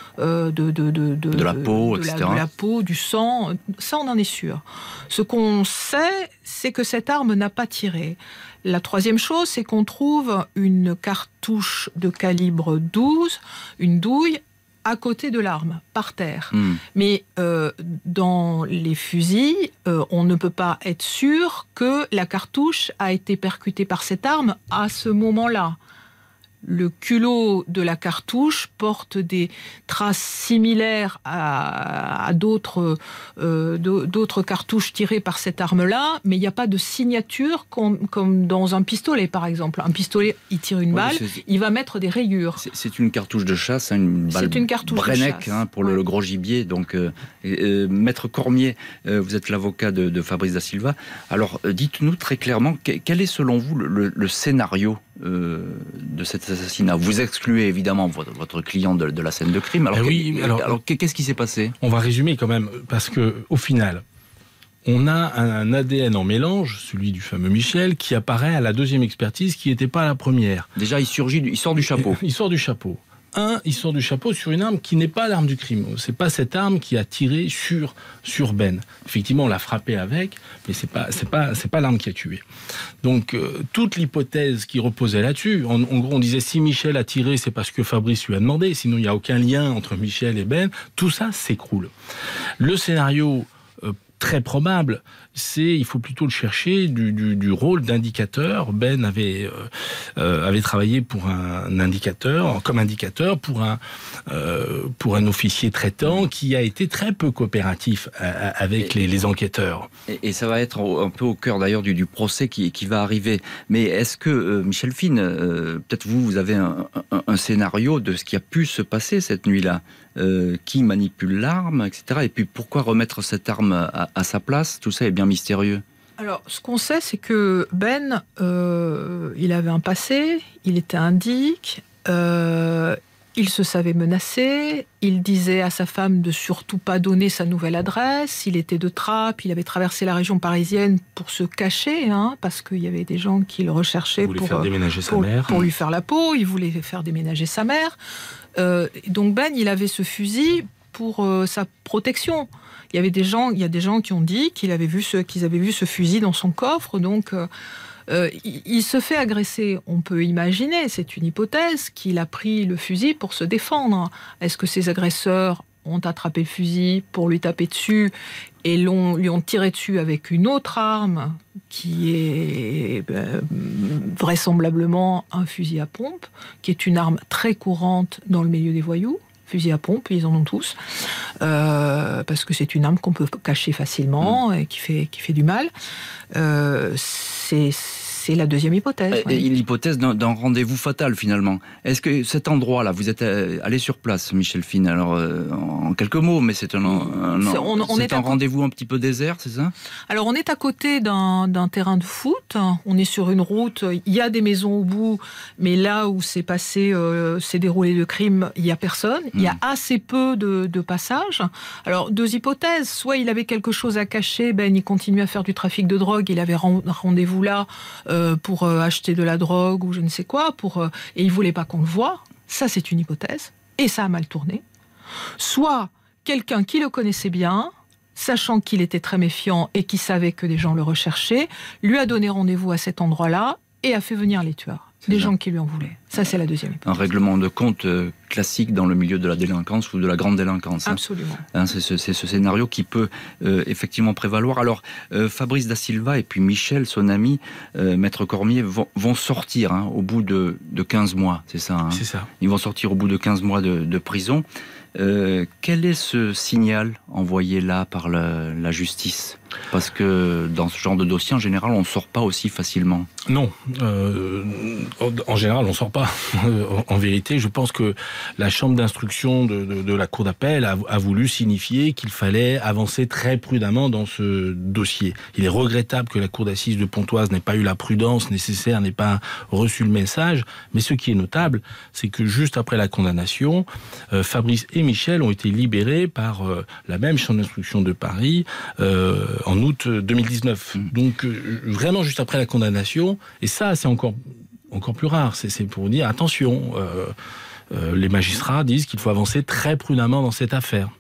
de la peau, etc. De la peau, du sang. Ça, on en est sûr. Ce qu'on sait, c'est que cette arme n'a pas tiré. La troisième chose, c'est qu'on trouve une cartouche de calibre 12, une douille, à côté de l'arme, par terre. Mais dans les fusils, on ne peut pas être sûr que la cartouche a été percutée par cette arme à ce moment-là. Le culot de la cartouche porte des traces similaires à d'autres cartouches tirées par cette arme-là, mais il n'y a pas de signature comme dans un pistolet, par exemple. Un pistolet, il tire une balle, il va mettre des rayures. C'est une cartouche de chasse, une balle Brenneck pour le gros gibier. Donc, Maître Cormier, vous êtes l'avocat de Fabrice Da Silva. Alors, dites-nous très clairement, quel est selon vous le scénario de cet assassinat? Vous excluez évidemment votre client de la scène de crime. Alors, qu'est-ce qui s'est passé? On va résumer quand même, parce que au final, on a un ADN en mélange, celui du fameux Michel, qui apparaît à la deuxième expertise, qui n'était pas à la première. Déjà, il sort du chapeau. Il sort du chapeau. Il sort du chapeau sur une arme qui n'est pas l'arme du crime. C'est pas cette arme qui a tiré sur Ben. Effectivement, on l'a frappé avec, mais c'est pas l'arme qui a tué. Donc, toute l'hypothèse qui reposait là-dessus, en gros, on disait si Michel a tiré, c'est parce que Fabrice lui a demandé, sinon il n'y a aucun lien entre Michel et Ben. Tout ça s'écroule. Le scénario très probable, il faut plutôt le chercher du rôle d'indicateur. Ben avait travaillé pour un indicateur, comme indicateur pour un officier traitant qui a été très peu coopératif avec les enquêteurs. Et ça va être un peu au cœur d'ailleurs du procès qui va arriver. Mais est-ce que, Michel Fine, peut-être vous avez un scénario de ce qui a pu se passer cette nuit-là? Qui manipule l'arme, etc. Et puis pourquoi remettre cette arme à sa place? Tout ça est bien mystérieux. Alors, ce qu'on sait, c'est que Ben, il avait un passé, il était indique, il se savait menacé, il disait à sa femme de surtout pas donner sa nouvelle adresse, il était de trappe, il avait traversé la région parisienne pour se cacher, parce qu'il y avait des gens qui le recherchaient faire déménager sa mère. Pour lui faire la peau, il voulait faire déménager sa mère. Donc Ben, il avait ce fusil pour sa protection. Il y a des gens qui ont dit qu'ils avaient vu ce fusil dans son coffre, donc il se fait agresser. On peut imaginer, c'est une hypothèse, qu'il a pris le fusil pour se défendre. Est-ce que ses agresseurs ont attrapé le fusil pour lui taper dessus et lui ont tiré dessus avec une autre arme qui est vraisemblablement un fusil à pompe, qui est une arme très courante dans le milieu des voyous. Fusil à pompe, ils en ont tous, parce que c'est une arme qu'on peut cacher facilement et qui fait du mal. C'est la deuxième hypothèse. L'hypothèse d'un rendez-vous fatal, finalement. Est-ce que cet endroit-là, vous êtes allé sur place, Michel Fine, alors en quelques mots, mais c'est un rendez-vous un petit peu désert, c'est ça? Alors, on est à côté d'un terrain de foot, on est sur une route, il y a des maisons au bout, mais là où s'est déroulé le crime, il n'y a personne, il y a assez peu de passages. Alors, deux hypothèses, soit il avait quelque chose à cacher, Ben il continuait à faire du trafic de drogue, il avait rendez-vous là, pour acheter de la drogue ou je ne sais quoi, et il voulait pas qu'on le voie. Ça, c'est une hypothèse. Et ça a mal tourné. Soit quelqu'un qui le connaissait bien, sachant qu'il était très méfiant et qui savait que des gens le recherchaient, lui a donné rendez-vous à cet endroit-là et a fait venir les tueurs. Des gens qui lui en voulaient. Ça, c'est la deuxième hypothèse. Un règlement de compte classique dans le milieu de la délinquance ou de la grande délinquance. Absolument. C'est ce scénario qui peut effectivement prévaloir. Alors, Fabrice Da Silva et puis Michel, son ami, Maître Cormier, vont sortir au bout de 15 mois, c'est ça? C'est ça. Ils vont sortir au bout de 15 mois de prison. Quel est ce signal envoyé là par la justice ? Parce que dans ce genre de dossier, en général, on ne sort pas aussi facilement. Non, en général, on ne sort pas. En vérité, je pense que la chambre d'instruction de la cour d'appel a voulu signifier qu'il fallait avancer très prudemment dans ce dossier. Il est regrettable que la cour d'assises de Pontoise n'ait pas eu la prudence nécessaire, n'ait pas reçu le message. Mais ce qui est notable, c'est que juste après la condamnation, Fabrice et Michel ont été libérés par la même chambre d'instruction de Paris en août 2019. Donc vraiment juste après la condamnation, et ça c'est encore plus rare, c'est pour dire attention, les magistrats disent qu'il faut avancer très prudemment dans cette affaire.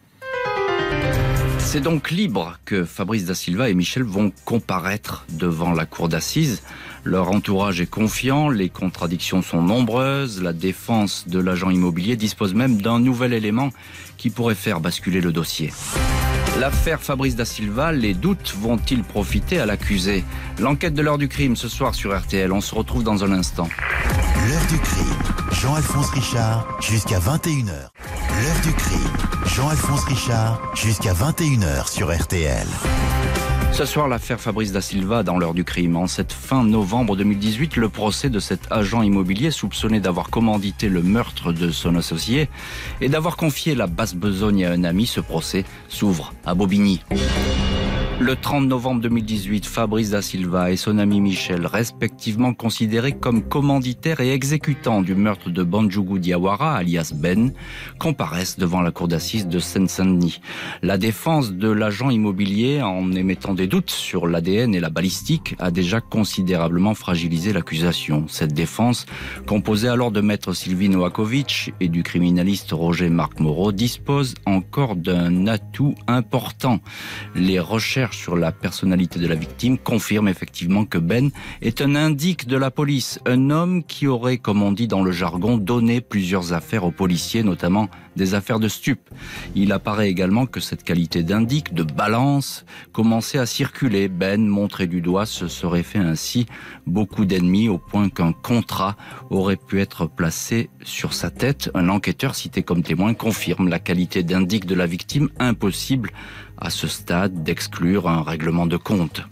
C'est donc libre que Fabrice da Silva et Michel vont comparaître devant la cour d'assises. Leur entourage est confiant, les contradictions sont nombreuses, la défense de l'agent immobilier dispose même d'un nouvel élément qui pourrait faire basculer le dossier. L'affaire Fabrice da Silva, les doutes vont-ils profiter à l'accusé ? L'enquête de l'heure du crime ce soir sur RTL, on se retrouve dans un instant. L'heure du crime, Jean-Alphonse Richard, jusqu'à 21h. L'heure du crime, Jean-Alphonse Richard, jusqu'à 21h sur RTL. Ce soir, l'affaire Fabrice da Silva dans l'heure du crime. En cette fin novembre 2018, le procès de cet agent immobilier soupçonné d'avoir commandité le meurtre de son associé et d'avoir confié la basse besogne à un ami. Ce procès s'ouvre à Bobigny. Le 30 novembre 2018, Fabrice da Silva et son ami Michel, respectivement considérés comme commanditaires et exécutants du meurtre de Bandjougou Diawara, alias Ben, comparaissent devant la cour d'assises de Seine-Saint-Denis. La défense de l'agent immobilier, en émettant des doutes sur l'ADN et la balistique, a déjà considérablement fragilisé l'accusation. Cette défense, composée alors de maître Sylvie Novakovic et du criminaliste Roger-Marc Moreau, dispose encore d'un atout important. Les recherches sur la personnalité de la victime confirme effectivement que Ben est un indique de la police, un homme qui aurait, comme on dit dans le jargon, donné plusieurs affaires aux policiers, notamment des affaires de stupes. Il apparaît également que cette qualité d'indique, de balance, commençait à circuler. Ben, montré du doigt, se serait fait ainsi beaucoup d'ennemis au point qu'un contrat aurait pu être placé sur sa tête. Un enquêteur cité comme témoin confirme la qualité d'indique de la victime, impossible à ce stade d'exclure un règlement de compte.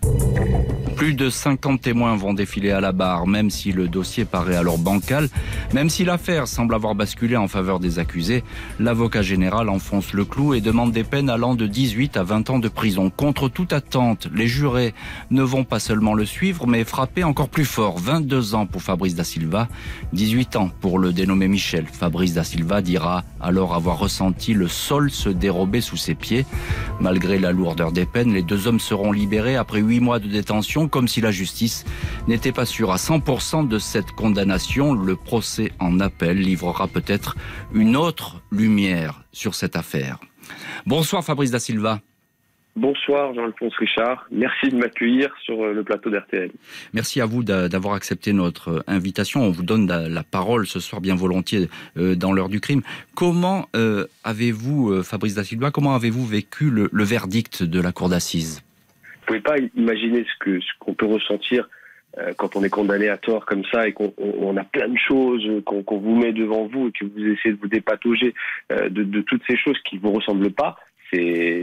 Plus de 50 témoins vont défiler à la barre, même si le dossier paraît alors bancal, même si l'affaire semble avoir basculé en faveur des accusés. L'avocat général enfonce le clou et demande des peines allant de 18 à 20 ans de prison. Contre toute attente, les jurés ne vont pas seulement le suivre, mais frapper encore plus fort. 22 ans pour Fabrice da Silva, 18 ans pour le dénommé Michel. Fabrice da Silva dira alors avoir ressenti le sol se dérober sous ses pieds. Malgré la lourdeur des peines, les deux hommes seront libérés après 8 mois de détention, comme si la justice n'était pas sûre à 100% de cette condamnation. Le procès en appel livrera peut-être une autre lumière sur cette affaire. Bonsoir Fabrice da Silva. Bonsoir Jean-Alphonse Richard, merci de m'accueillir sur le plateau d'RTL. Merci à vous d'avoir accepté notre invitation. On vous donne la parole ce soir bien volontiers dans l'heure du crime. Comment avez-vous, Fabrice da Silva, comment avez-vous vécu le verdict de la cour d'assises ? Vous ne pouvez pas imaginer ce qu'on peut ressentir quand on est condamné à tort comme ça et qu'on a plein de choses qu'on vous met devant vous et que vous essayez de vous dépatauger de toutes ces choses qui ne vous ressemblent pas. Il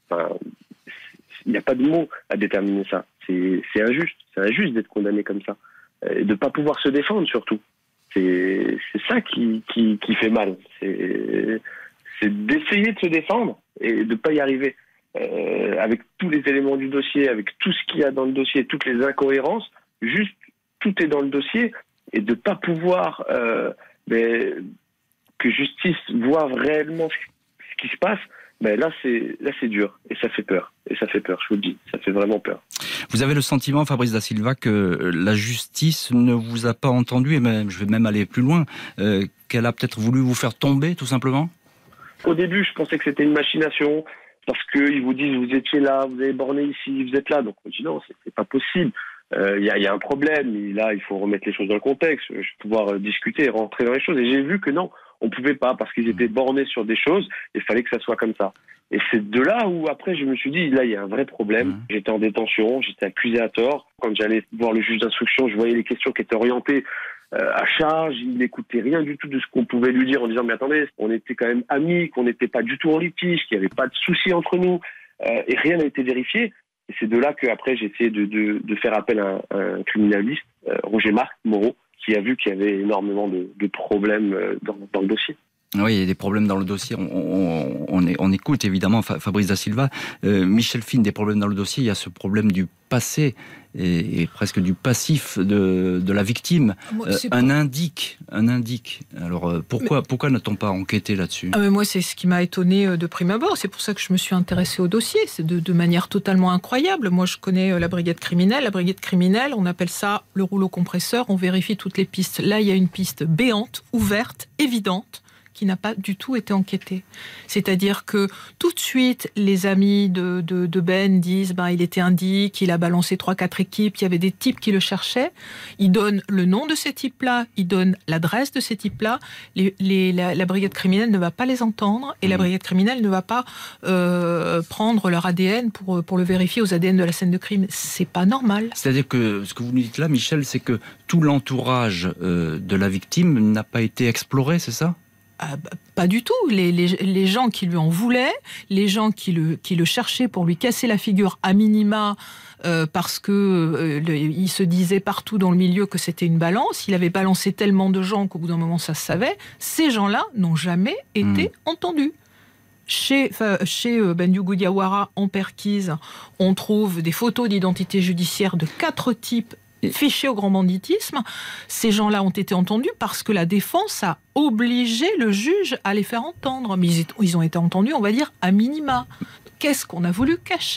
n'y a pas de mots à déterminer ça. C'est injuste. C'est injuste d'être condamné comme ça. Et de ne pas pouvoir se défendre surtout. C'est ça qui fait mal. C'est d'essayer de se défendre et de ne pas y arriver. Avec tous les éléments du dossier, avec tout ce qu'il y a dans le dossier, toutes les incohérences, juste tout est dans le dossier et de ne pas pouvoir que justice voit réellement ce qui se passe. Là c'est dur et ça fait peur. Et ça fait peur, je vous le dis, ça fait vraiment peur. Vous avez le sentiment, Fabrice da Silva, que la justice ne vous a pas entendu, et même, je vais même aller plus loin, qu'elle a peut-être voulu vous faire tomber, tout simplement ? Au début, je pensais que c'était une machination, parce qu'ils vous disent, vous étiez là, vous avez borné ici, vous êtes là. Donc on dit non, c'est pas possible. Il y a un problème, et là il faut remettre les choses dans le contexte, je vais pouvoir discuter, rentrer dans les choses. Et j'ai vu que non, on pouvait pas, parce qu'ils étaient bornés sur des choses, et il fallait que ça soit comme ça. Et c'est de là où après je me suis dit, là il y a un vrai problème. J'étais en détention, j'étais accusé à tort. Quand j'allais voir le juge d'instruction, je voyais les questions qui étaient orientées à charge, il n'écoutait rien du tout de ce qu'on pouvait lui dire en disant mais attendez, on était quand même amis, qu'on n'était pas du tout en litige, qu'il n'y avait pas de souci entre nous, et rien n'a été vérifié. Et c'est de là qu'après j'ai essayé de faire appel à un criminaliste, Roger Marc Moreau, qui a vu qu'il y avait énormément de problèmes dans le dossier. Oui, il y a des problèmes dans le dossier. On écoute évidemment Fabrice Da Silva. Michel Fine, des problèmes dans le dossier. Il y a ce problème du passé et presque du passif de la victime. Un indique. Alors pourquoi n'a-t-on pas enquêté là-dessus ? Moi, c'est ce qui m'a étonné de prime abord. C'est pour ça que je me suis intéressée au dossier. C'est de manière totalement incroyable. Moi, je connais la brigade criminelle. La brigade criminelle, on appelle ça le rouleau compresseur. On vérifie toutes les pistes. Là, il y a une piste béante, ouverte, évidente, qui n'a pas du tout été enquêté. C'est-à-dire que tout de suite, les amis de Ben disent il était indique, il a balancé 3-4 équipes, il y avait des types qui le cherchaient. Ils donnent le nom de ces types-là, ils donnent l'adresse de ces types-là. La brigade criminelle ne va pas les entendre et la brigade criminelle ne va pas prendre leur ADN pour le vérifier aux ADN de la scène de crime. C'est pas normal. C'est-à-dire que ce que vous nous dites là, Michel, c'est que tout l'entourage de la victime n'a pas été exploré, c'est ça ? Pas du tout. Les gens qui lui en voulaient, les gens qui le cherchaient pour lui casser la figure à minima, parce que il se disait partout dans le milieu que c'était une balance. Il avait balancé tellement de gens qu'au bout d'un moment ça se savait. Ces gens-là n'ont jamais été entendus. Chez Bandiou Diawara, en Perquise, on trouve des photos d'identité judiciaire de 4 types fichés au grand banditisme. Ces gens-là ont été entendus parce que la défense a obligé le juge à les faire entendre. Mais ils ont été entendus, on va dire, à minima. Qu'est-ce qu'on a voulu cacher ?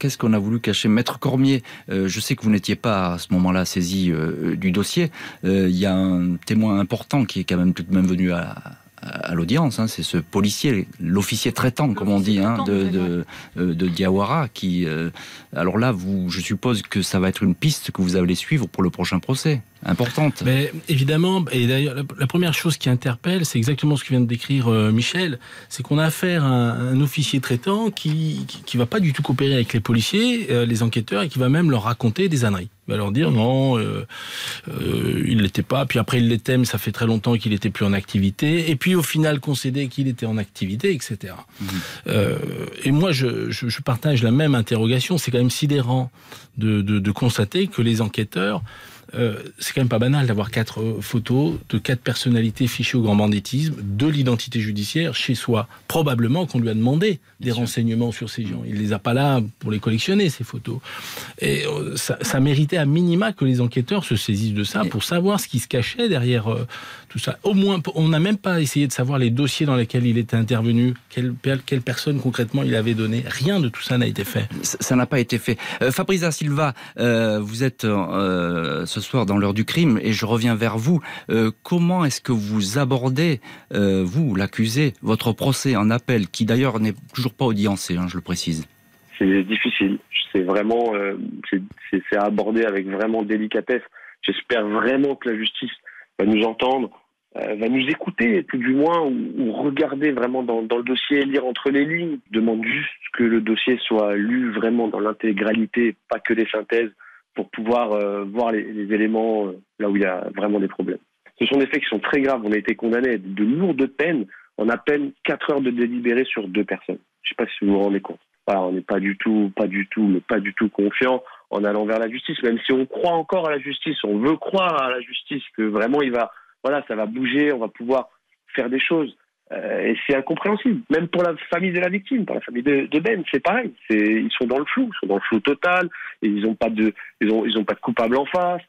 Maître Cormier, je sais que vous n'étiez pas à ce moment-là saisi du dossier. Il y a un témoin important qui est quand même tout de même venu à l'audience, c'est ce policier, l'officier traitant, comme on dit, de Diawara, qui... alors là, je suppose que ça va être une piste que vous allez suivre pour le prochain procès. Importante. Mais évidemment, et d'ailleurs, la première chose qui interpelle, c'est exactement ce que vient de décrire Michel, c'est qu'on a affaire à un officier traitant qui va pas du tout coopérer avec les policiers, les enquêteurs, et qui va même leur raconter des âneries. Il va leur dire non, il l'était pas, puis après il l'était, mais ça fait très longtemps qu'il était plus en activité, et puis au final concéder qu'il était en activité, etc. Et moi, je partage la même interrogation. C'est quand même sidérant de constater que les enquêteurs, c'est quand même pas banal d'avoir 4 photos de 4 personnalités fichées au grand banditisme, de l'identité judiciaire chez soi. Probablement qu'on lui a demandé des renseignements sur ces gens. Il les a pas là pour les collectionner, ces photos. Et ça méritait à minima que les enquêteurs se saisissent de ça pour savoir ce qui se cachait derrière tout ça. Au moins, on n'a même pas essayé de savoir les dossiers dans lesquels il était intervenu, quelle personne concrètement il avait donné. Rien de tout ça n'a été fait. Ça n'a pas été fait. Fabrice Da Silva, vous êtes ce soir dans l'heure du crime et je reviens vers vous. Comment est-ce que vous abordez, vous, l'accusé, votre procès en appel, qui d'ailleurs n'est toujours pas audiencé, je le précise? C'est difficile. C'est vraiment, c'est abordé avec vraiment délicatesse. J'espère vraiment que la justice va nous entendre, va nous écouter, tout du moins, ou regarder vraiment dans le dossier, lire entre les lignes. Demande juste que le dossier soit lu vraiment dans l'intégralité, pas que les synthèses, pour pouvoir voir les éléments là où il y a vraiment des problèmes. Ce sont des faits qui sont très graves. On a été condamnés à de lourdes peines en à peine 4 heures de délibéré sur 2 personnes. Je ne sais pas si vous vous rendez compte. Voilà, on n'est pas du tout confiant en allant vers la justice, même si on croit encore à la justice, on veut croire à la justice, que vraiment ça va bouger, on va pouvoir faire des choses. Et c'est incompréhensible, même pour la famille de la victime, pour la famille de Ben, c'est pareil. Ils sont dans le flou total, et ils n'ont pas de coupable en face.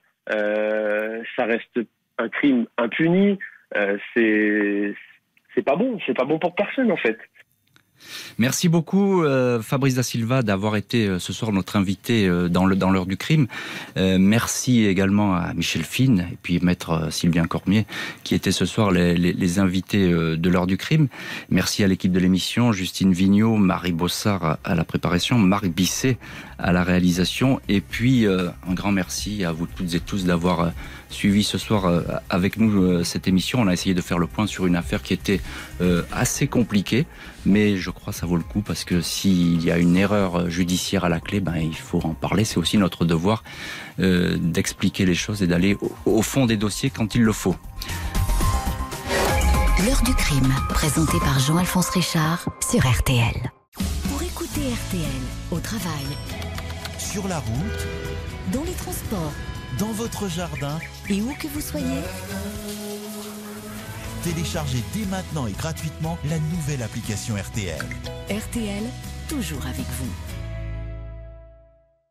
Ça reste un crime impuni. C'est pas bon pour personne en fait. Merci beaucoup Fabrice Da Silva d'avoir été ce soir notre invité dans l'heure du crime. Merci également à Michel Fine et puis maître Sylvien Cormier qui étaient ce soir les invités de l'heure du crime. Merci à l'équipe de l'émission, Justine Vignot, Marie Bossard à la préparation, Marc Bisset à la réalisation et puis un grand merci à vous toutes et tous d'avoir suivi ce soir avec nous cette émission. On a essayé de faire le point sur une affaire qui était assez compliquée, mais je crois que ça vaut le coup parce que s'il y a une erreur judiciaire à la clé, il faut en parler. C'est aussi notre devoir d'expliquer les choses et d'aller au fond des dossiers quand il le faut. L'heure du crime, présenté par Jean-Alphonse Richard sur RTL. Pour écouter RTL au travail, Sur la route, dans les transports dans votre jardin, et où que vous soyez, téléchargez dès maintenant et gratuitement la nouvelle application RTL. RTL, toujours avec vous.